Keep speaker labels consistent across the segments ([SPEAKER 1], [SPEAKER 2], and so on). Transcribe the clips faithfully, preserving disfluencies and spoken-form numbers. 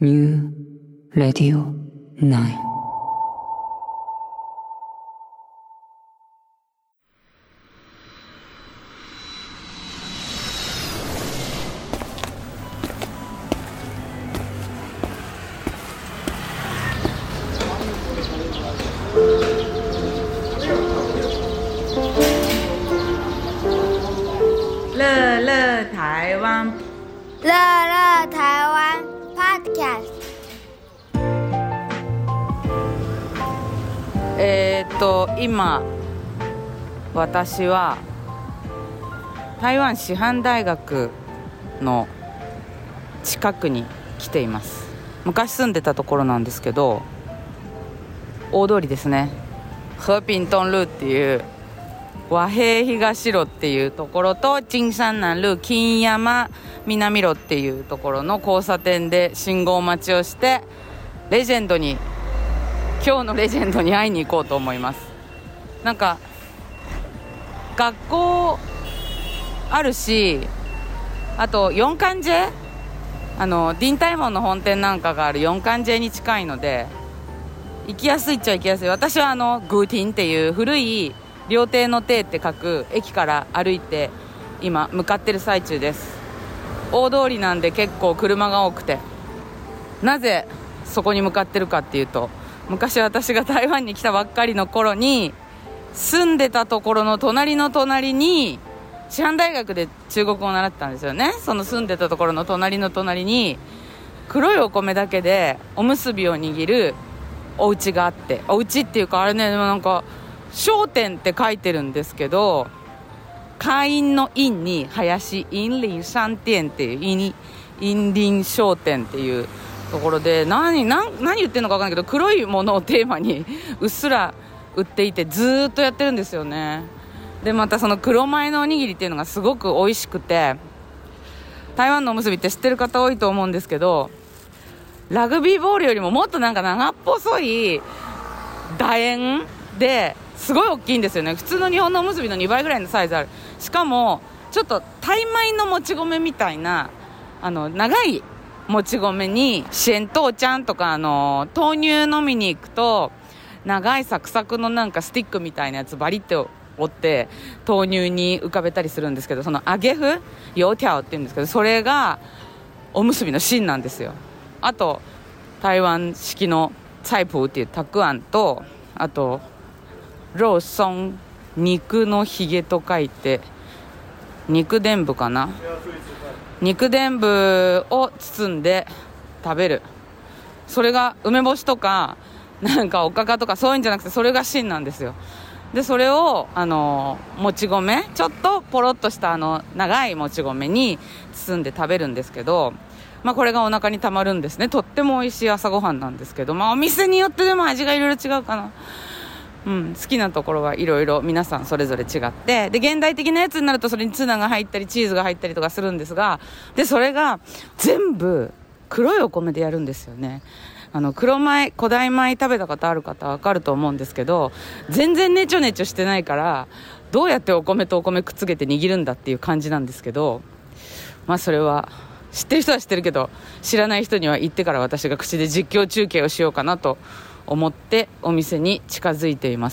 [SPEAKER 1] New Radio ナイン。
[SPEAKER 2] 乐乐台湾
[SPEAKER 3] 乐乐台湾 Podcast。
[SPEAKER 2] えー、っと今私は台湾師範大学の近くに来ています。昔住んでたところなんですけど、大通りですね、和平東路っていう和平東路っていうところと金山南路金山南路っていうところの交差点で信号待ちをして、レジェンドに今日のレジェンドに会いに行こうと思います。なんか学校あるし、あと四環街、あのディンタイモンの本店なんかがある四環街に近いので行きやすいっちゃ行きやすい。私はあのグーティンっていう古い料亭の亭って書く駅から歩いて今向かってる最中です。大通りなんで結構車が多くて、なぜそこに向かってるかっていうと、昔私が台湾に来たばっかりの頃に住んでたところの隣の隣に、師範大学で中国語を習ってたんですよね。その住んでたところの隣の隣に黒いお米だけでおむすびを握るお家があって、お家っていうかあれね、なんか商店って書いてるんですけど、会員の院に林院林商店っていう院院林商店っていうところで、何何何言ってるのか分かんないけど、黒いものをテーマにうっすら売っていてずーっとやってるんですよね。でまたその黒米のおにぎりっていうのがすごく美味しくて、台湾のおむすびって知ってる方多いと思うんですけど、ラグビーボールよりももっとなんか長っぽそい楕円ですごい大きいんですよね。普通の日本のおむすびのにばいぐらいのサイズある。しかもちょっとタイ米のもち米みたいな、あの長いもち米にシェントーちゃんとか、あの豆乳飲みに行くと長いサクサクのなんかスティックみたいなやつバリって折って豆乳に浮かべたりするんですけど、その揚げ麩ヨーティャオって言うんですけど、それがおむすびの芯なんですよ。あと台湾式のツァイプーっていうたくあんと、あとローソン、肉のひげと書いて肉伝部かな、肉伝部を包んで食べる。それが梅干しとかなんかおかかとかそういうんじゃなくて、それが芯なんですよ。でそれをあのもち米、ちょっとポロッとしたあの長いもち米に包んで食べるんですけど、まあこれがお腹にたまるんですね。とっても美味しい朝ごはんなんですけど、まあお店によってでも味がいろいろ違うかな。うん、好きなところはいろいろ皆さんそれぞれ違って、で現代的なやつになるとそれにツナが入ったりチーズが入ったりとかするんですが、でそれが全部黒いお米でやるんですよね。あの黒米、古代米食べたことある方は分かると思うんですけど、全然ネチョネチョしてないから、どうやってお米とお米くっつけて握るんだっていう感じなんですけど、まあそれは知ってる人は知ってるけど、知らない人には言ってから私が口で実況中継をしようかなと思ってお店に近づいています。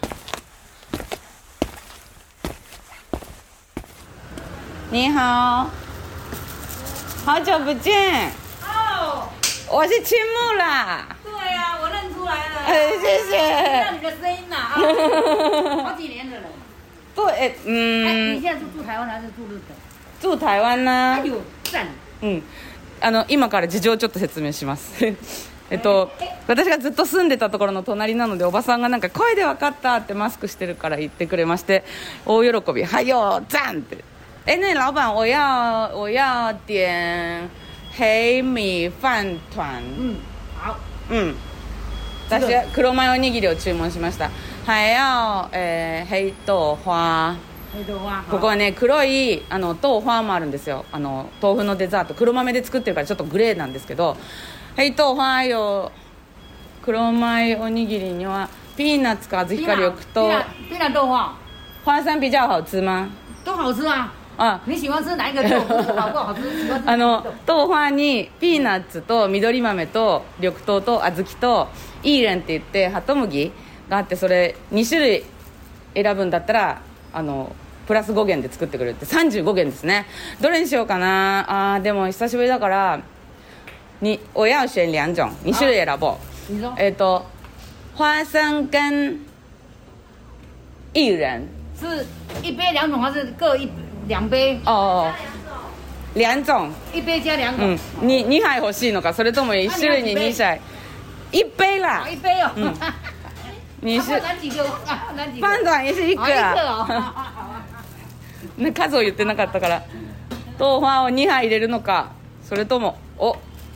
[SPEAKER 2] 你好，好久不见。
[SPEAKER 4] 哦，
[SPEAKER 2] 我是青木啦。
[SPEAKER 4] 对呀、啊，我认出来了。
[SPEAKER 2] 哎，谢谢。
[SPEAKER 4] 听到你的声音了啊，好几年的了。
[SPEAKER 2] 对，哎，嗯。
[SPEAKER 4] 哎，你现在是住台湾还是住日本？
[SPEAKER 2] 住台湾な。
[SPEAKER 4] 哎呦，赞。
[SPEAKER 2] うん。あの今から事情をちょっと説明します。えっと、私がずっと住んでたところの隣なので、おばさんがなんか声で分かったってマスクしてるから言ってくれまして、大喜び、はいよ赞って。哎，那老板我要我要点黑米飯團。
[SPEAKER 4] 嗯，好。
[SPEAKER 2] うん。私は黒米おにぎりを注文しました。还要、えー、黑豆花。
[SPEAKER 4] 黑豆花。
[SPEAKER 2] ここはね、黒いあの豆花もあるんですよ。あの豆腐のデザート、黒豆で作ってるからちょっとグレーなんですけど、黑豆花よ、黒米おにぎりにはピーナッツか小豆火力と
[SPEAKER 4] ピーナ豆花。
[SPEAKER 2] 花生比较好吃吗？
[SPEAKER 4] 都好吃啊。
[SPEAKER 2] あ
[SPEAKER 4] 你喜欢吃哪一个豆？不是好不好吃？喜欢吃哪
[SPEAKER 2] あの
[SPEAKER 4] 一个豆？
[SPEAKER 2] 豆花にピーナッツと緑豆と緑豆と小豆とイーレンって言ってハトムギがあって、それに種類選ぶんだったらあのプラスご元で作ってくれるってさんじゅうご元ですね。どれにしようかなあ。でも久しぶりだからに我要選两種に種類選ぼう。
[SPEAKER 4] 你说
[SPEAKER 2] えっ、と花生跟薏仁
[SPEAKER 4] 是一杯两种，还是各一两杯？
[SPEAKER 2] 哦两種。
[SPEAKER 4] 一杯加两
[SPEAKER 2] う
[SPEAKER 4] 种
[SPEAKER 2] ん。ににはい欲しいのか、それともいち種類にに杯一杯啦
[SPEAKER 4] 啊，一杯哦。
[SPEAKER 2] 嗯你是
[SPEAKER 4] 啊哪几个？啊哪几个？
[SPEAKER 2] パンダ也是一個
[SPEAKER 4] 啊一个
[SPEAKER 2] 啊
[SPEAKER 4] 哦。好好啊
[SPEAKER 2] ね、数を言ってなかったから、豆花をにはい入れるのか、それともお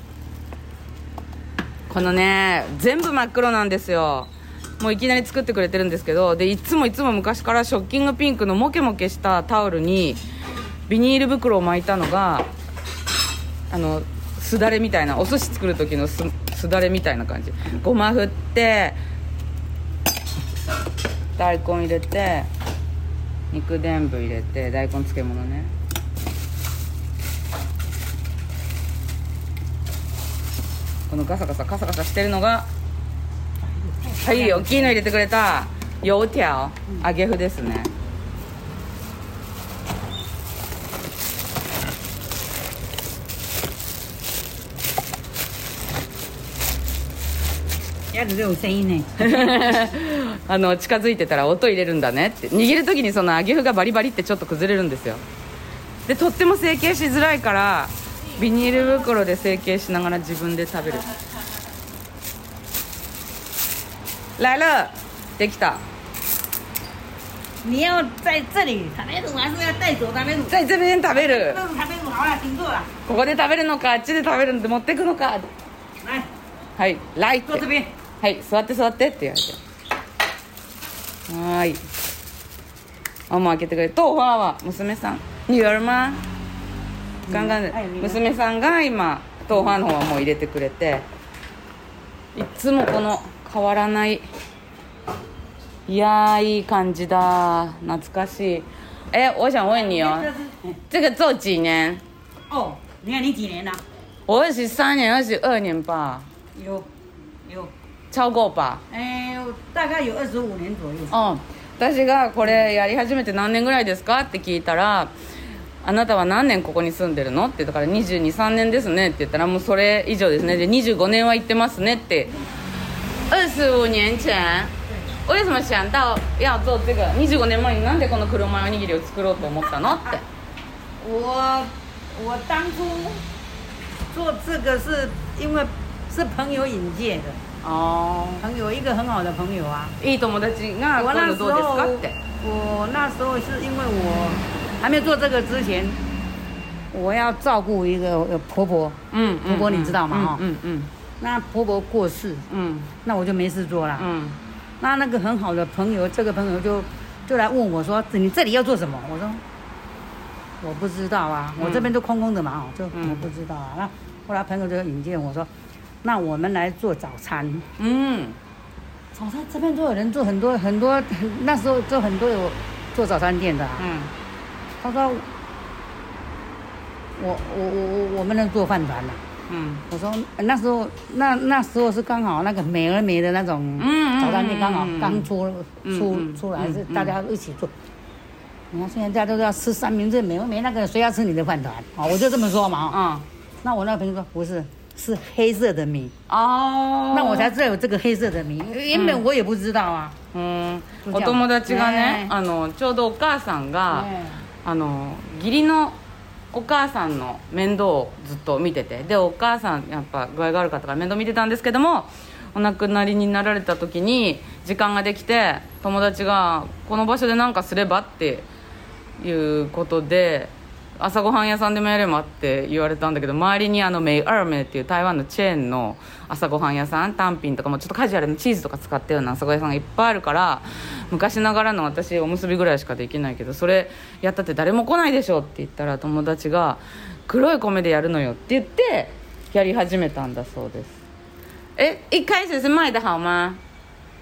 [SPEAKER 2] このね全部真っ黒なんですよ。もういきなり作ってくれてるんですけど、でいつもいつも昔からショッキングピンクのモケモケしたタオルにビニール袋を巻いたのがあのすだれみたいな、お寿司作る時の す, すだれみたいな感じ。ごま振って大根入れて肉伝部入れて大根漬物ね。このガサガサカサカサしてるのがはい大きいの入れてくれた油条揚げ麩ですね。
[SPEAKER 4] 鸭子都有声音呢。
[SPEAKER 2] あの近づいてたら音入れるんだねって。握る時にその揚げ麩がバリバリってちょっと崩れるんですよ。でとっても成形しづらいからビニール袋で成形しながら自分で食べる。来了できた。
[SPEAKER 4] 你要在这里食べる还是要带走食べる？
[SPEAKER 2] 在这边食べる。
[SPEAKER 4] 这食べる好了，请坐了。
[SPEAKER 2] ここで食べるのかあっちで食べるので持ってくのか。
[SPEAKER 4] 来，
[SPEAKER 2] はい来って
[SPEAKER 4] 坐这边。
[SPEAKER 2] はい座って座ってって言われて、はーい。あもう開けてくれ。豆花は娘さん女兒吗？刚刚
[SPEAKER 4] はい
[SPEAKER 2] 娘さんが今豆花の方はもう入れてくれて、いつもこの変わらない。いやーいい感じだ、懐かしい。え我想問你哦，这个做几年？
[SPEAKER 4] 哦，你看你几年了？
[SPEAKER 2] 我二十三年二十二年吧，
[SPEAKER 4] 有，有，
[SPEAKER 2] 超過吧。
[SPEAKER 4] 哎，大概有二十五年左右。
[SPEAKER 2] うん、私がこれやり始めて何年ぐらいですかって聞いたら、あなたは何年ここに住んでるのって言ったからにじゅうに、さんねんですねって言ったら、もうそれ以上ですね。でにじゅうごねんは行ってますねって。二十五年前为什么想到要做这个？にじゅうごねんまえになんでこの黒米おにぎりを作ろうと思ったのって。
[SPEAKER 4] 我我当初做这个是因为是朋友引荐的，
[SPEAKER 2] あ
[SPEAKER 4] 朋友一个很好的朋友啊。
[SPEAKER 2] ーいい友達が
[SPEAKER 4] 我那时
[SPEAKER 2] 今度どうです
[SPEAKER 4] 候
[SPEAKER 2] かって。
[SPEAKER 4] 我那时候是因为我还没有做这个之前，我要照顾一个呃婆婆，
[SPEAKER 2] うん
[SPEAKER 4] 婆婆你知道吗？哈、
[SPEAKER 2] うんうん
[SPEAKER 4] 那婆婆过世，
[SPEAKER 2] うん
[SPEAKER 4] 那我就没事做啦。
[SPEAKER 2] うん
[SPEAKER 4] 那那个很好的朋友，这个朋友就就来问我说：“你这里要做什么？”我说：“我不知道啊，
[SPEAKER 2] 嗯
[SPEAKER 4] 我这边都空空的嘛，就
[SPEAKER 2] 嗯
[SPEAKER 4] 我不知道啊。”那后来朋友就引荐我说：“那我们来做早餐。
[SPEAKER 2] うん
[SPEAKER 4] 早餐这边都有人做很多很多，那时候就很多有做早餐店的、啊。
[SPEAKER 2] うん
[SPEAKER 4] 他说：“我我我我我们能做饭团了。”
[SPEAKER 2] うん
[SPEAKER 4] 我说呃那时候那那时候是刚好那个美而美的那种
[SPEAKER 2] 嗯嗯
[SPEAKER 4] 早餐店刚好
[SPEAKER 2] 嗯嗯
[SPEAKER 4] 刚出
[SPEAKER 2] 嗯
[SPEAKER 4] 出
[SPEAKER 2] 嗯
[SPEAKER 4] 出来，
[SPEAKER 2] 嗯嗯
[SPEAKER 4] 是大家一起做。你看现在大家都要吃三明治，美而美那个谁要吃你的饭团？哦，我就这么说嘛。哦，
[SPEAKER 2] うん
[SPEAKER 4] 那我那个朋友说不是，是黑色的米。
[SPEAKER 2] あー
[SPEAKER 4] 那我才知道有这个黑色的米，原本我也不知道啊。
[SPEAKER 2] うん
[SPEAKER 4] そうじゃん
[SPEAKER 2] お友達がね
[SPEAKER 4] ね
[SPEAKER 2] あのちょうどお母さんが、
[SPEAKER 4] ね
[SPEAKER 2] あの義理のお母さんの面倒をずっと見てて、でお母さんやっぱ具合が悪かったから面倒見てたんですけども、お亡くなりになられた時に時間ができて、友達がこの場所で何かすればっていうことで、朝ごはん屋さんでもやればって言われたんだけど、周りにあのメイアーメっていう台湾のチェーンの朝ごはん屋さん、単品とかもちょっとカジュアルなチーズとか使ったような朝ごはん屋さんがいっぱいあるから、昔ながらの私おむすびぐらいしかできないけど、それやったって誰も来ないでしょって言ったら、友達が黒い米でやるのよって言ってやり始めたんだそうです。え一開始是卖的好吗？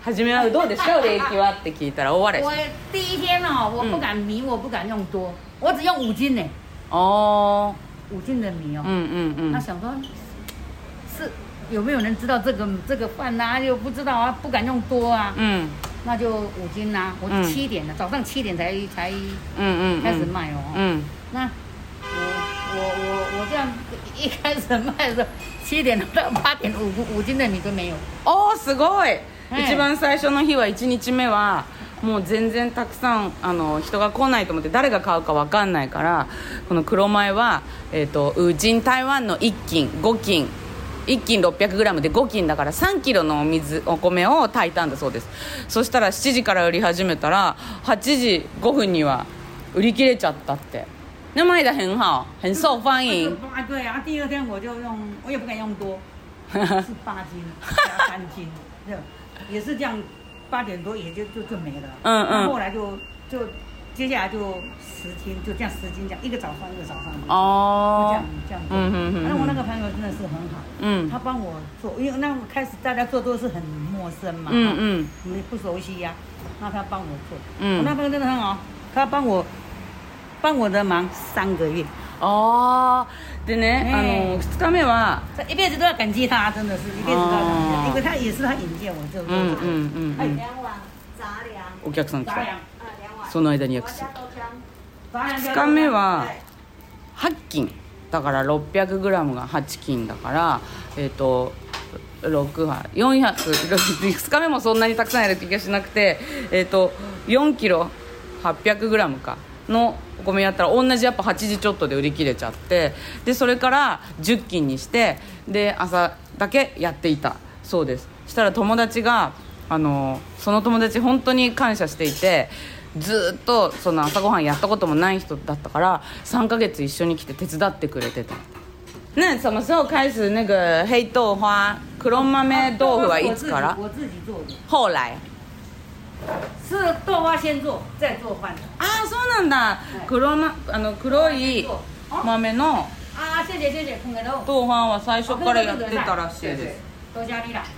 [SPEAKER 2] 初めはどうでした礼儀はって聞いたら大笑い
[SPEAKER 4] 我
[SPEAKER 2] し
[SPEAKER 4] 第一天哦，我不敢米，我不敢用多，我只用五斤呢，
[SPEAKER 2] た。哦，
[SPEAKER 4] 五斤的米哦。
[SPEAKER 2] 嗯嗯嗯
[SPEAKER 4] 那想说，是有没有人知道这个这个饭呐、又不知道啊，不敢用多啊，
[SPEAKER 2] 嗯
[SPEAKER 4] 那就五斤呐、我
[SPEAKER 2] 嗯
[SPEAKER 4] 七点了，早上七点才才
[SPEAKER 2] 嗯嗯，
[SPEAKER 4] 开始卖哦。
[SPEAKER 2] 嗯
[SPEAKER 4] 那我我我我这样一开始卖的时候，七点到八点五五斤的米都没有。
[SPEAKER 2] おーすごい、
[SPEAKER 4] はい
[SPEAKER 2] 一番最初の日はいちにちめはもう全然たくさんあの人が来ないと思って誰が買うか分かんないからこの黒米は、えー、とウージン台湾のいっ斤ご斤いっ斤 ろっぴゃくグラム でご斤だからさんキロのお水お米を炊いたんだそうです。そしたらしちじから売り始めたらはちじごふんには売り切れちゃったって。那卖得很好很受欢迎。
[SPEAKER 4] 啊，对啊，第二天我就用，我也不敢用多，是八斤加三斤，这也是这样，八点多也就就就没了。
[SPEAKER 2] 嗯嗯
[SPEAKER 4] 那后来就就接下来就十斤，就这样十斤这样，一个早上一个早上，就这
[SPEAKER 2] 哦
[SPEAKER 4] 样这样做。
[SPEAKER 2] 嗯嗯嗯
[SPEAKER 4] 那我那个朋友真的是很好，
[SPEAKER 2] 嗯
[SPEAKER 4] 他帮我做，因为那开始大家做都是很陌生嘛，
[SPEAKER 2] 嗯嗯
[SPEAKER 4] 我们不熟悉呀、那他帮我做，
[SPEAKER 2] 嗯
[SPEAKER 4] 我那朋友真的很好，他帮我帮我的忙三个月。
[SPEAKER 2] あーでね、
[SPEAKER 4] ね
[SPEAKER 2] あのふつかめは
[SPEAKER 4] 这一辈子都要感激他，真的是一輩子都要感激他，
[SPEAKER 2] 哦
[SPEAKER 4] 因为他也是他引荐我这个。
[SPEAKER 2] うんうんうん
[SPEAKER 4] はい
[SPEAKER 2] うん
[SPEAKER 3] 两碗杂粮，
[SPEAKER 2] お客さん来た
[SPEAKER 4] 杂粮，
[SPEAKER 3] 啊，两碗。
[SPEAKER 2] その間に約
[SPEAKER 3] 我要加豆浆。
[SPEAKER 4] 杂粮。
[SPEAKER 2] ふつかめははち斤だから ろっぴゃくグラム がはち斤だからえっ、とろくはよんひゃくふつかめもそんなにたくさんやる気がしなくてえっ、とよんキロはっぴゃくグラム かのお米やったら同じやっぱはちじちょっとで売り切れちゃってでそれからじゅっ斤にしてで朝だけやっていたそうです。したら友達があのその友達本当に感謝していてずっとその朝ごはんやったこともない人だったからさんかげつ一緒に来て手伝ってくれてた。那什么时候开始那个黑豆花黒豆豆腐はいつから
[SPEAKER 4] 我自己做的，
[SPEAKER 2] 后来
[SPEAKER 4] 是豆花先做，再做饭。
[SPEAKER 2] ああそうなんだ黒,、ま、あの黒い豆の
[SPEAKER 4] 啊，谢谢谢谢，空个豆。
[SPEAKER 2] 豆花は最初からやってたらしいです。
[SPEAKER 4] 多加力啦。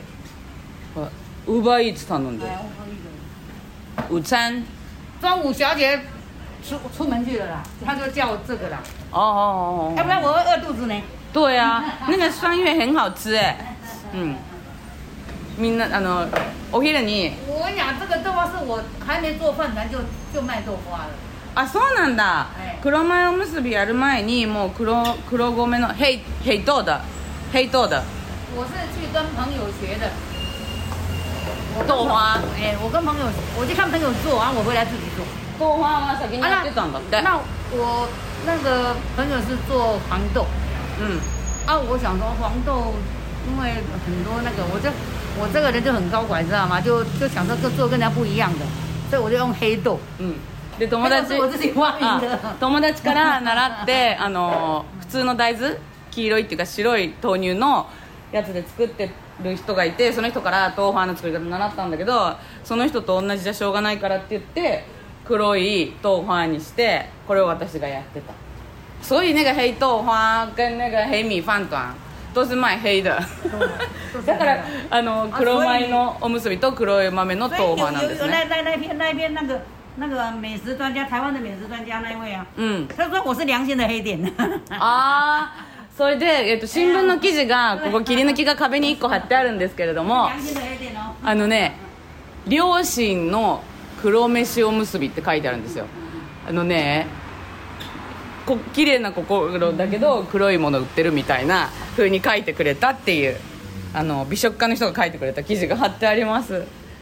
[SPEAKER 2] ウーバーイーツ頼んで
[SPEAKER 4] 哎，我可以的。
[SPEAKER 2] 午餐
[SPEAKER 4] 中午小姐出出门去了啦，她就叫这个啦，
[SPEAKER 2] 哦哦哦
[SPEAKER 4] 要不然我会饿肚子呢。
[SPEAKER 2] 对啊那个酸月很好吃哎うんみんなあのお昼に
[SPEAKER 4] 我跟你讲，这个豆花是我还没做饭团就就卖豆花了。
[SPEAKER 2] あそうなんだ、
[SPEAKER 4] はい
[SPEAKER 2] 黒米おむすびやる前にもう 黒, 黒米の黑黑豆的黑豆的
[SPEAKER 4] 我是去跟朋友学的。我跟
[SPEAKER 2] 豆花
[SPEAKER 4] 哎，我跟朋友，我去看朋友做，然后我回来自己做。
[SPEAKER 2] 豆花は先にやってたんだって、
[SPEAKER 4] 那我那个朋友是做黄豆，
[SPEAKER 2] うん
[SPEAKER 4] 啊，我想说黄豆，因为很多那个，我就我这个人就很高管，知道吗？就就想说就做跟人家不一样的，所以我就用黑豆。
[SPEAKER 2] うんで友達
[SPEAKER 4] 黑豆是我自己发明的。
[SPEAKER 2] あ友達から習ってあの普通の大豆黄色いっていうか白い豆乳のやつで作ってる人がいてその人から豆腐の作り方習ったんだけどその人と同じじゃしょうがないからって言って黒い豆腐にしてこれを私がやってた所以那个黑豆花跟那个黑米饭团都是卖黑的だからあの黒米のおむすびと黒い豆の豆腐なんです
[SPEAKER 4] 有有那
[SPEAKER 2] ね
[SPEAKER 4] 那那篇那篇那个那个美食专家，台湾的美食专家那一位啊，
[SPEAKER 2] うん
[SPEAKER 4] 他说我是良心的黑店。
[SPEAKER 2] ああそれで、えっと、新聞の記事がここ切り抜きが壁にいっこ貼ってあるんですけれども
[SPEAKER 4] 良心的黑店哦。
[SPEAKER 2] あのね両親の黒飯おむすびって書いてあるんですよあのねこ綺麗な心だけど黒いもの売ってるみたいな風に書いてくれたっていうあの美食家の人が書いてくれた記事が貼ってあります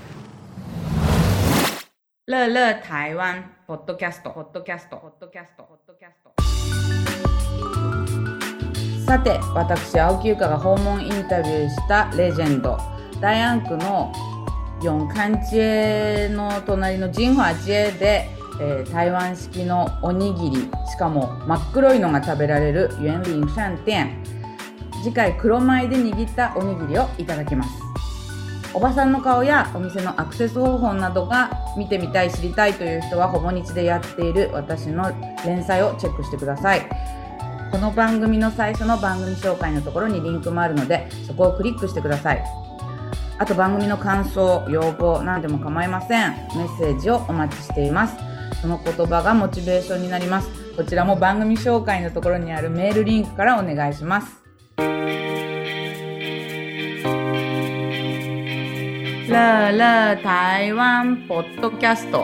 [SPEAKER 2] 乐乐台湾ポッドキャストポッドキャストポッドキャストポッドキャストさて私青木由香が訪問インタビューしたレジェンド大安区の四環街の隣の金華街で、えー、台湾式のおにぎりしかも真っ黒いのが食べられる園林商店次回黒米で握ったおにぎりをいただきますおばさんの顔やお店のアクセス方法などが見てみたい知りたいという人はほぼ日でやっている私の連載をチェックしてくださいこの番組の最初の番組紹介のところにリンクもあるのでそこをクリックしてくださいあと番組の感想、要望、何でも構いません。メッセージをお待ちしています。その言葉がモチベーションになります。こちらも番組紹介のところにあるメールリンクからお願いします。乐乐台湾ポッドキャスト。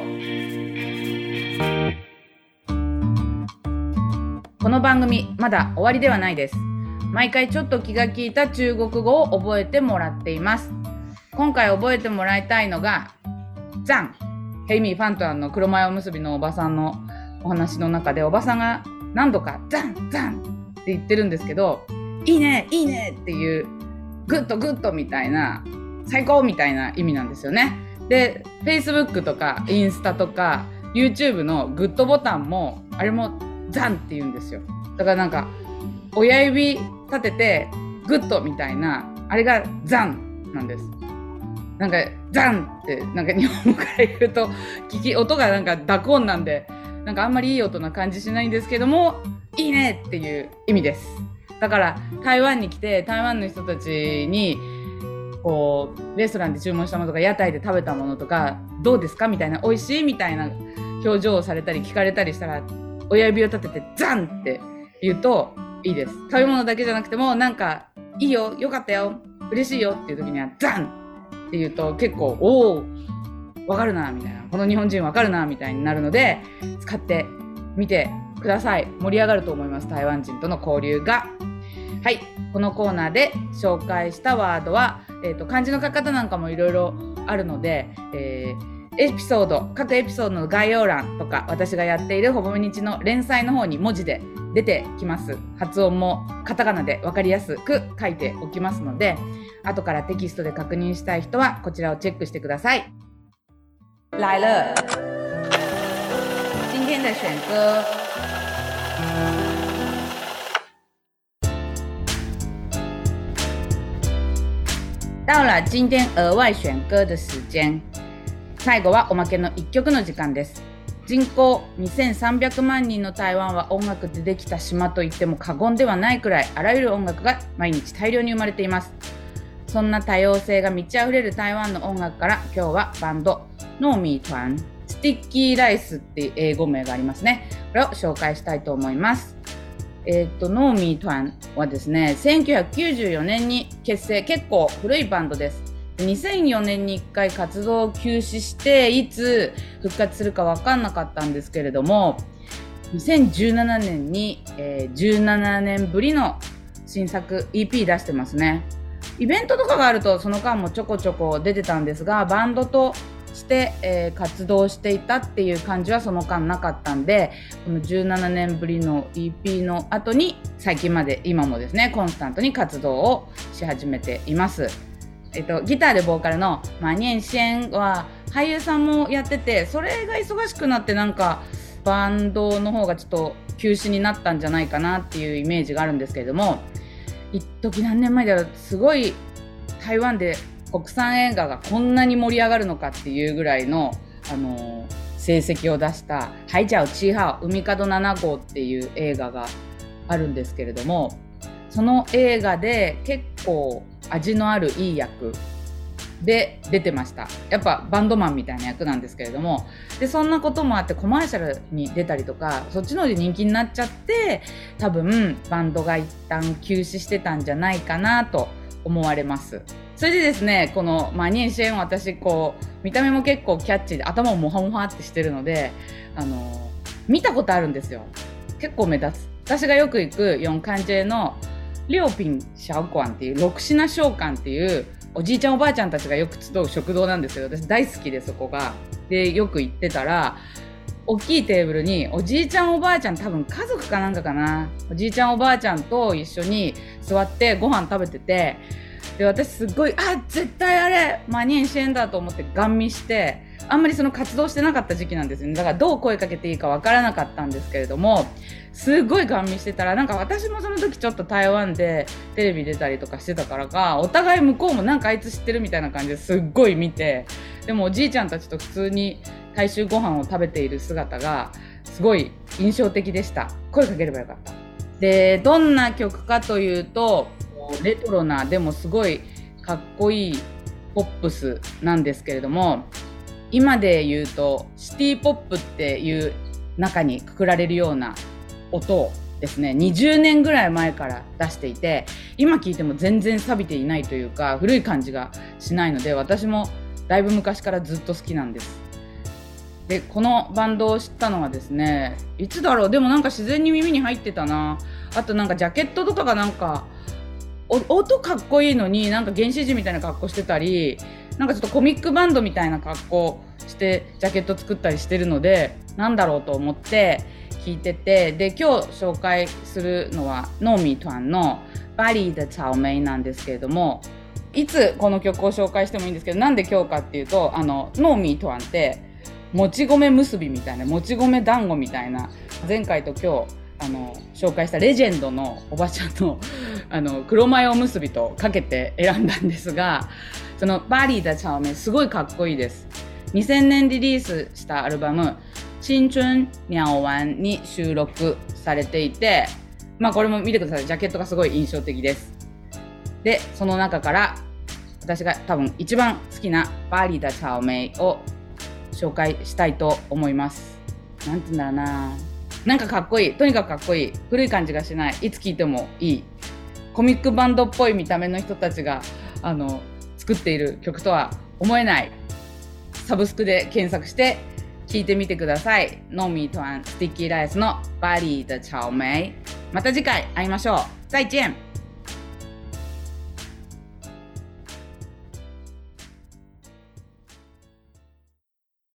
[SPEAKER 2] この番組まだ終わりではないです。毎回ちょっと気が利いた中国語を覚えてもらっています。今回覚えてもらいたいのがザン、ヘイミー・ファントランの黒マヨ結びのおばさんのお話の中で、おばさんが何度かザンザンって言ってるんですけど、いいねいいねっていうグッドグッドみたいな、最高みたいな意味なんですよね。で Facebook とかインスタとか YouTube のグッドボタンもあれもザンって言うんですよ。だからなんか親指立ててグッドみたいな、あれがザンなんです。なんかザンってなんか日本語から言うと聞き音がなんか濁音なんで、なんかあんまりいい音な感じしないんですけども、いいねっていう意味です。だから台湾に来て台湾の人たちにこうレストランで注文したものとか屋台で食べたものとかどうですかみたいな、美味しいみたいな表情をされたり聞かれたりしたら、親指を立ててザンって言うといいです。食べ物だけじゃなくても、なんかいいよ、よかったよ、嬉しいよっていう時にはザンって言うと結構おおわかるなみたいな、この日本人わかるなみたいになるので使ってみてください。盛り上がると思います、台湾人との交流が。はい、このコーナーで紹介したワードは、えーと、漢字の書き方なんかもいろいろあるので、えーエピソード、各エピソードの概要欄とか、私がやっているほぼ日の連載の方に文字で出てきます。発音もカタカナで分かりやすく書いておきますので、後からテキストで確認したい人はこちらをチェックしてください。来了，今天的選歌。到了今天額外選歌的時間。最後はおまけのいっきょくの時間です。人口にせんさんびゃくまんにんの台湾は音楽でできた島といっても過言ではないくらい、あらゆる音楽が毎日大量に生まれています。そんな多様性が満ち溢れる台湾の音楽から、今日はバンドノーミー团スティッキーライスっていう英語名がありますね。これを紹介したいと思います。えっとノーミー团はですね、せんきゅうひゃくきゅうじゅうよねんに結成、結構古いバンドです。にせんよねんにいっかい活動を休止して、いつ復活するか分かんなかったんですけれども、にせんじゅうななねんに、えー、じゅうななねんぶりの新作 イーピー 出してますね。イベントとかがあるとその間もちょこちょこ出てたんですが、バンドとして、えー、活動していたっていう感じはその間なかったんで、このじゅうななねんぶりの イーピー の後に最近まで今もですねコンスタントに活動をし始めています。えっと、ギターでボーカルのマニェンシェンは俳優さんもやってて、それが忙しくなってなんかバンドの方がちょっと休止になったんじゃないかなっていうイメージがあるんですけれども、一時何年前だろう、すごい台湾で国産映画がこんなに盛り上がるのかっていうぐらいの、あのー、成績を出したハイジャオチーハオ海角なな号っていう映画があるんですけれども、その映画で結構味のあるいい役で出てました。やっぱバンドマンみたいな役なんですけれども、でそんなこともあってコマーシャルに出たりとか、そっちの方で人気になっちゃって、多分バンドが一旦休止してたんじゃないかなと思われます。それでですね、このマニエンシェン、私こう見た目も結構キャッチーで頭もモハモハってしてるので、あの見たことあるんですよ。結構目立つ。私がよく行く四漢街の六品小館っていう六品小館っていうおじいちゃんおばあちゃんたちがよく集う食堂なんですけど、私大好きで、そこがでよく行ってたら、大きいテーブルにおじいちゃんおばあちゃん、多分家族かなんかかな、おじいちゃんおばあちゃんと一緒に座ってご飯食べてて、で私すっごい、あ、絶対あれマニエンシェンだと思ってガン見して、あんまりその活動してなかった時期なんですよね。だからどう声かけていいかわからなかったんですけれども、すごいガン見してたら、なんか私もその時ちょっと台湾でテレビ出たりとかしてたからか、お互い向こうもなんかあいつ知ってるみたいな感じですっごい見て、でもおじいちゃんたちと普通に大衆ご飯を食べている姿がすごい印象的でした。声かければよかった。でどんな曲かというと、レトロなでもすごいかっこいいポップスなんですけれども、今で言うとシティポップっていう中にくくられるような音をですね、にじゅうねんぐらい前から出していて、今聴いても全然錆びていないというか古い感じがしないので、私もだいぶ昔からずっと好きなんです。でこのバンドを知ったのはですね、いつだろう、でもなんか自然に耳に入ってたな。あとなんかジャケットとかがなんか音かっこいいのになんか原始人みたいな格好してたり、なんかちょっとコミックバンドみたいな格好してジャケット作ったりしてるので、なんだろうと思って聞いてて、で今日紹介するのはノーミートワンのバリー的草莓なんですけれども、いつこの曲を紹介してもいいんですけど、なんで今日かっていうと、あのノーミートワンってもち米結びみたいな、もち米団子みたいな、前回と今日あの紹介したレジェンドのおばちゃんのあの黒米おむすびとかけて選んだんですが、そのバリー的草莓すごいかっこいいです。にせんねんリリースしたアルバム青春鸟丸に収録されていて、まあこれも見てください。ジャケットがすごい印象的です。でその中から私が多分一番好きなバリー的草莓を紹介したいと思います。なんて言うんだろうな、なんかかっこいい、とにかくかっこいい、古い感じがしない、いつ聴いてもいい、コミックバンドっぽい見た目の人たちがあの作っている曲とは思えない。サブスクで検索して聴いてみてください。ノーミートワンスティッキーライスのバリー的草莓。また次回会いましょう。再见。